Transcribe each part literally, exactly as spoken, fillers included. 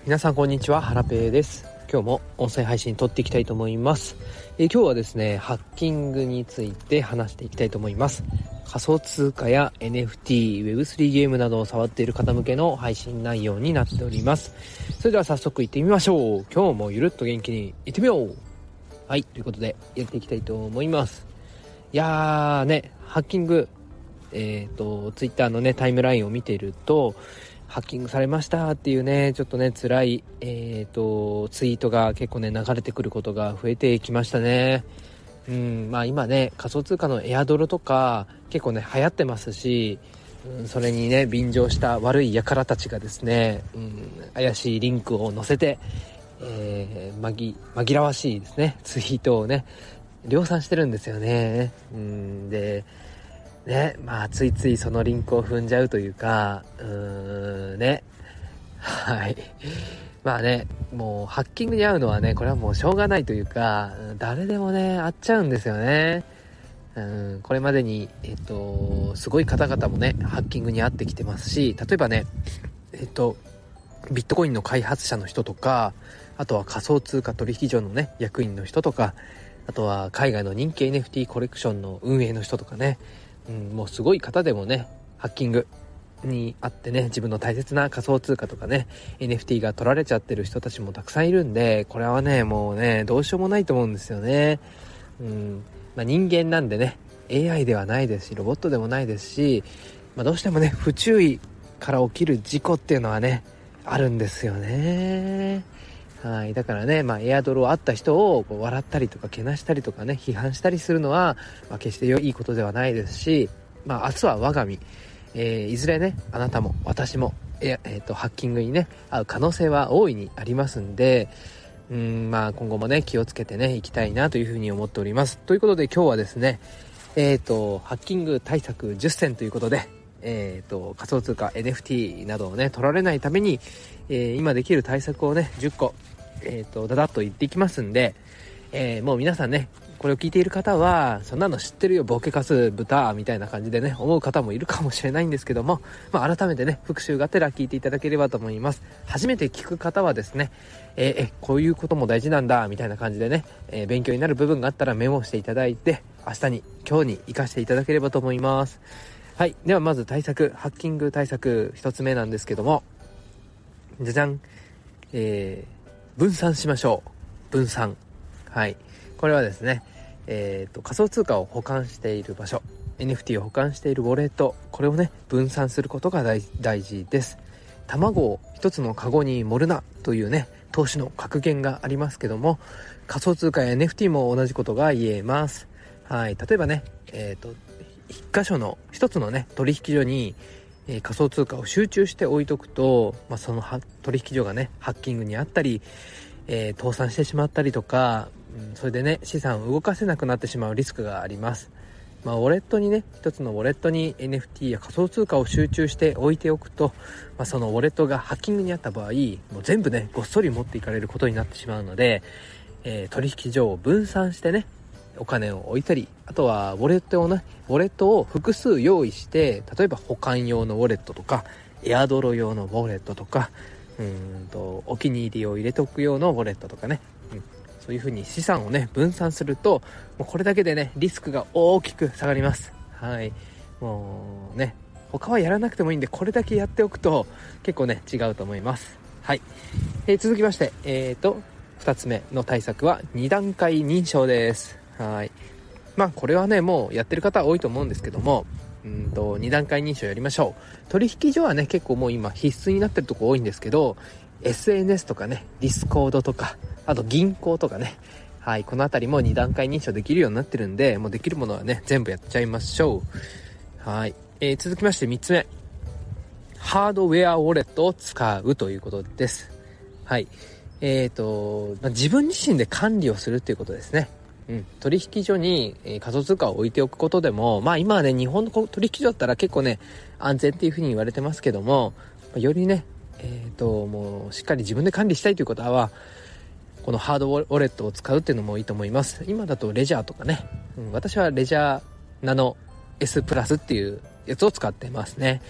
皆さんこんにちは、ハラペーです。今日も音声配信撮っていきたいと思います。えー、今日はですねハッキングについて話していきたいと思います。仮想通貨や エヌエフティー、ウェブスリー ゲームなどを触っている方向けの配信内容になっております。それでは早速行ってみましょう。今日もゆるっと元気に行ってみよう。はい、ということでやっていきたいと思います。いやーねハッキングえっ、ー、とツイッターのねタイムラインを見ていると、ハッキングされましたっていうねちょっとね辛い、えー、とツイートが結構ね流れてくることが増えてきましたね。うんまあ今ね仮想通貨のエアドロとか結構ね流行ってますし、うん、それにね便乗した悪い輩たちがですね、うん、怪しいリンクを載せて、えー、紛, 紛らわしいですねツイートをね量産してるんですよね。うんでね、まあついついそのリンクを踏んじゃうというか、うーんねはいまあねもうハッキングに遭うのはねこれはもうしょうがないというか、誰でもね遭っちゃうんですよね。うんこれまでにえっとすごい方々もねハッキングに遭ってきてますし、例えばねえっとビットコインの開発者の人とか、あとは仮想通貨取引所のね役員の人とか、あとは海外の人気 エヌエフティー コレクションの運営の人とかね、うん、もうすごい方でもねハッキングにあってね自分の大切な仮想通貨とかね エヌエフティー が取られちゃってる人たちもたくさんいるんで、これはねもうねどうしようもないと思うんですよね。うんまあ、人間なんでね エーアイ ではないですしロボットでもないですし、まあ、どうしてもね不注意から起きる事故っていうのはねあるんですよね。はい、だからね、まあ、エアドロあった人をこう笑ったりとかけなしたりとかね批判したりするのは、まあ、決していいことではないですし、まあ、明日は我が身、えー、いずれねあなたも私もえ、えー、とハッキングにね遭う可能性は大いにありますんで、うーんまあ今後もね気をつけてねいきたいなというふうに思っております。ということで今日はですねえー、とハッキング対策じゅっせんということで、えー、と仮想通貨 エヌエフティー などをね取られないために、えー、今できる対策をねじゅっこ、えー、とだだっと言っていきますんで、えー、もう皆さんねこれを聞いている方はそんなの知ってるよボケかす豚みたいな感じでね思う方もいるかもしれないんですけども、まあ、改めてね復習がてら聞いていただければと思います。初めて聞く方はですね、えー、えこういうことも大事なんだみたいな感じでね、えー、勉強になる部分があったらメモしていただいて明日に今日に活かしていただければと思います。はい、ではまず対策ハッキング対策一つ目なんですけども、じゃじゃん、えー、分散しましょう。分散。はい。これはですね、えーと、仮想通貨を保管している場所、エヌエフティー を保管しているウォレット、これをね、分散することが 大, 大事です。卵を一つのカゴに盛るなというね、投資の格言がありますけども、仮想通貨や エヌエフティー も同じことが言えます。はい。例えばね、えーと、一箇所の、一つのね、取引所に、えー、仮想通貨を集中して置いとくと、まあ、その取引所がねハッキングにあったり、えー、倒産してしまったりとか、うん、それでね資産を動かせなくなってしまうリスクがあります。まあ、ウォレットにね一つのウォレットに エヌエフティー や仮想通貨を集中して置いておくと、まあ、そのウォレットがハッキングにあった場合もう全部ねごっそり持っていかれることになってしまうので、えー、取引所を分散してねお金を置いたり、あとはウォレットをねウォレットを複数用意して、例えば保管用のウォレットとかエアドロ用のウォレットとか、うーんとお気に入りを入れておく用のウォレットとかね、うん、そういう風に資産をね分散すると、もうこれだけでねリスクが大きく下がります。はい、もうね他はやらなくてもいいんでこれだけやっておくと結構ね違うと思います。はい、えー、続きましてえーとふたつめの対策はにだんかい認証です。はい。まあこれはねもうやってる方多いと思うんですけども、うんとに段階認証やりましょう。取引所はね結構もう今必須になってるとこ多いんですけど、 エスエヌエス とかねディスコードとか、あと銀行とかね、はいこのあたりもに段階認証できるようになってるんで、もうできるものはね全部やっちゃいましょう。はい、えー、続きましてみっつめ、ハードウェアウォレットを使うということです。はい、えーと、まあ、自分自身で管理をするっていうことですね。うん、取引所に、えー、仮想通貨を置いておくことでも、まあ今はね日本の取引所だったら結構ね安全っていう風に言われてますけども、まあ、よりねえーともうしっかり自分で管理したいという方はこのハードウォレットを使うっていうのもいいと思います。今だとレジャーとかね、うん、私はレジャーナノ S プラスっていうやつを使ってますね。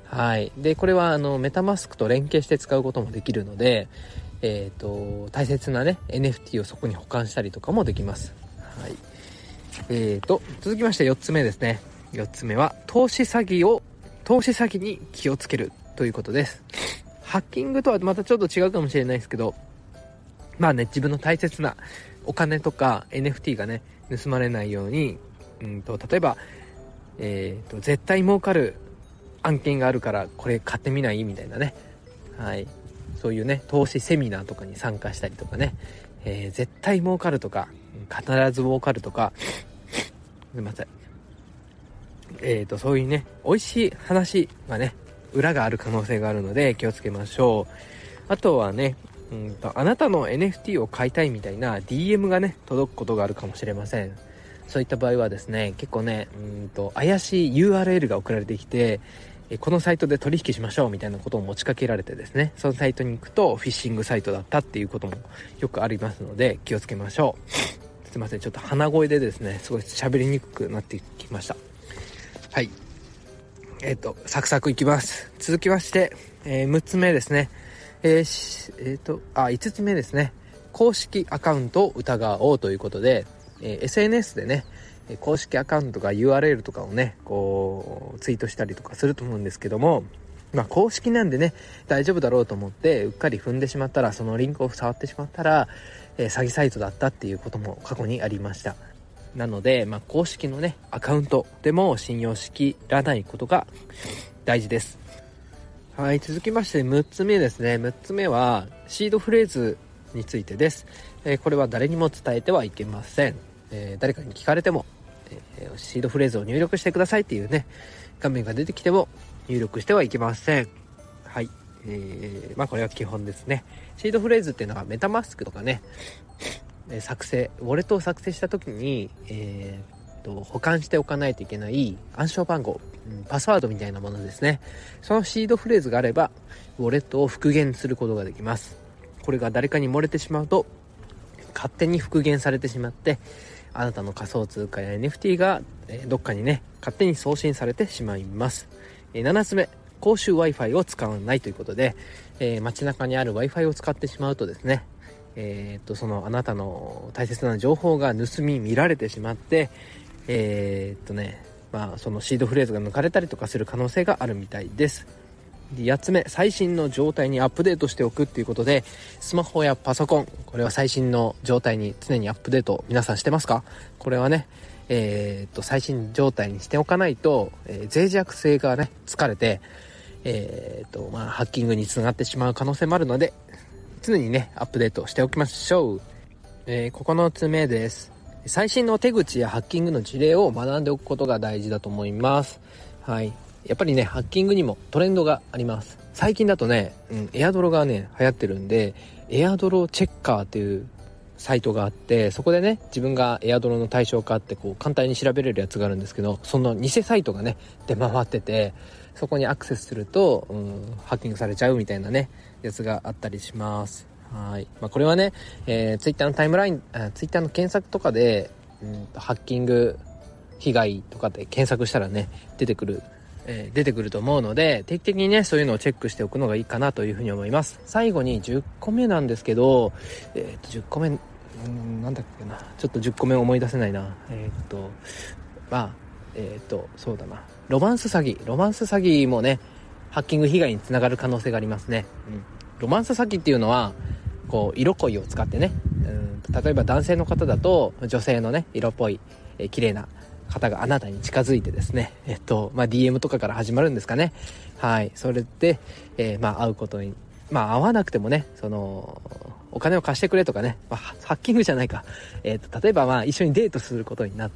はい。で、これはあのメタマスクと連携して使うこともできるので、えっと大切なね エヌエフティー をそこに保管したりとかもできます。はい。えーと続きましてよっつめですね。よっつめは投資詐欺を投資詐欺に気をつけるということです。ハッキングとはまたちょっと違うかもしれないですけど、まあね、自分の大切なお金とか エヌエフティー がね盗まれないように、うんと例えば、えーと絶対儲かる案件があるからこれ買ってみないみたいなね、はい、そういうね投資セミナーとかに参加したりとかね、えー、絶対儲かるとか必ず儲かるとかすいません、えーとそういうね美味しい話がね裏がある可能性があるので気をつけましょう。あとはね、うんとあなたの エヌエフティー を買いたいみたいな ディーエム がね届くことがあるかもしれません。そういった場合はですね、結構ねうんと怪しい ユーアールエル が送られてきて、このサイトで取引しましょうみたいなことを持ちかけられてですね、そのサイトに行くとフィッシングサイトだったっていうこともよくありますので気をつけましょう。すいません、ちょっと鼻声でですねすごい喋りにくくなってきました。はい、えっとサクサクいきます。続きまして、えー、むっつめですね。えーえー、とあいつつめですね。公式アカウントを疑おうということで、えー、エスエヌエス でね公式アカウントが ユーアールエル とかをねこうツイートしたりとかすると思うんですけども、まあ公式なんでね大丈夫だろうと思ってうっかり踏んでしまったら、そのリンクを触ってしまったら、えー、詐欺サイトだったっていうことも過去にありました。なので、まあ、公式のねアカウントでも信用しきらないことが大事です。はい、続きましてむっつめですね。むっつめはシードフレーズについてです。えー、これは誰にも伝えてはいけません。えー、誰かに聞かれても、えー、シードフレーズを入力してくださいっていうね画面が出てきても入力してはいけません。はい、えー、まあこれは基本ですね。シードフレーズっていうのはメタマスクとかね作成ウォレットを作成した時に、えー、と保管しておかないといけない暗証番号、うん、パスワードみたいなものですね。そのシードフレーズがあればウォレットを復元することができます。これが誰かに漏れてしまうと勝手に復元されてしまって、あなたの仮想通貨や エヌエフティー が、えー、どっかにね勝手に送信されてしまいます。えー、ななつめ、公衆 Wi-Fi を使わないということで、えー、街中にある Wi-Fi を使ってしまうとですね、えー、とそのあなたの大切な情報が盗み見られてしまって、えー、っとねまあそのシードフレーズが抜かれたりとかする可能性があるみたいです。でやっつめ、最新の状態にアップデートしておくっていうことで、スマホやパソコン、これは最新の状態に常にアップデート皆さんしてますか？これはねえー、っと最新状態にしておかないと、えー、脆弱性がね疲れて、えー、っとまあハッキングにつながってしまう可能性もあるので、常にねアップデートしておきましょう。えー、ここのつめです。最新の手口やハッキングの事例を学んでおくことが大事だと思います。はい、やっぱりねハッキングにもトレンドがあります。最近だとね、うん、エアドロがね流行ってるんで、エアドロチェッカーっていうサイトがあって、そこでね自分がエアドロの対象かってこう簡単に調べれるやつがあるんですけど、その偽サイトがね出回ってて、そこにアクセスすると、うん、ハッキングされちゃうみたいなねやつがあったりします。はい、まあ、これはね、えー、ツイッターのタイムライン、ツイッターの検索とかで、うん、ハッキング被害とかで検索したらね出てくる、えー、出てくると思うので、定期的にねそういうのをチェックしておくのがいいかなというふうに思います。最後にじゅっこめなんですけど、えー、とじゅっこめ、うん、なんだっけな、ちょっとじゅっこめ思い出せないな。えっ、ー、とまあえっ、ー、とそうだな、ロマンス詐欺ロマンス詐欺もねハッキング被害につながる可能性がありますね。うん、ロマンス詐欺っていうのはこう色恋を使ってね、うん、例えば男性の方だと女性のね色っぽい、えー、綺麗な方があなたに近づいてですね、えっとまあ ディーエム とかから始まるんですかね。はい、それで、えー、まあ会うことに、まあ会わなくてもね、そのお金を貸してくれとかね、まあ、ハッキングじゃないか、えー、と例えばまあ一緒にデートすることになって、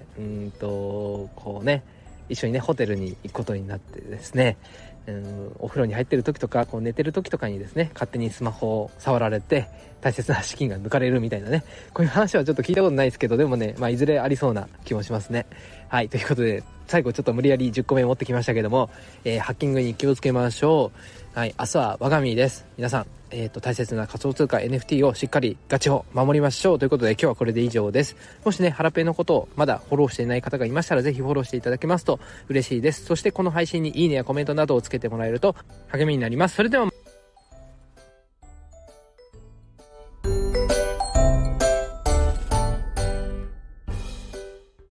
うんとこうね一緒にねホテルに行くことになってですね、うん、お風呂に入ってる時とかこう寝てる時とかにですね勝手にスマホを触られて大切な資金が抜かれるみたいなね、こういう話はちょっと聞いたことないですけど、でもね、まあいずれありそうな気もしますね。はい、ということで最後ちょっと無理やりじゅっこめ持ってきましたけども、えー、ハッキングに気をつけましょう。はい、明日は我が身です。皆さん、えー、と大切な仮想通貨 エヌエフティー をしっかりガチを守りましょうということで、今日はこれで以上です。もしねハラペイのことをまだフォローしていない方がいましたら、ぜひフォローしていただけますと嬉しいです。そしてこの配信にいいねやコメントなどをつけててもらえると励みになります。それでは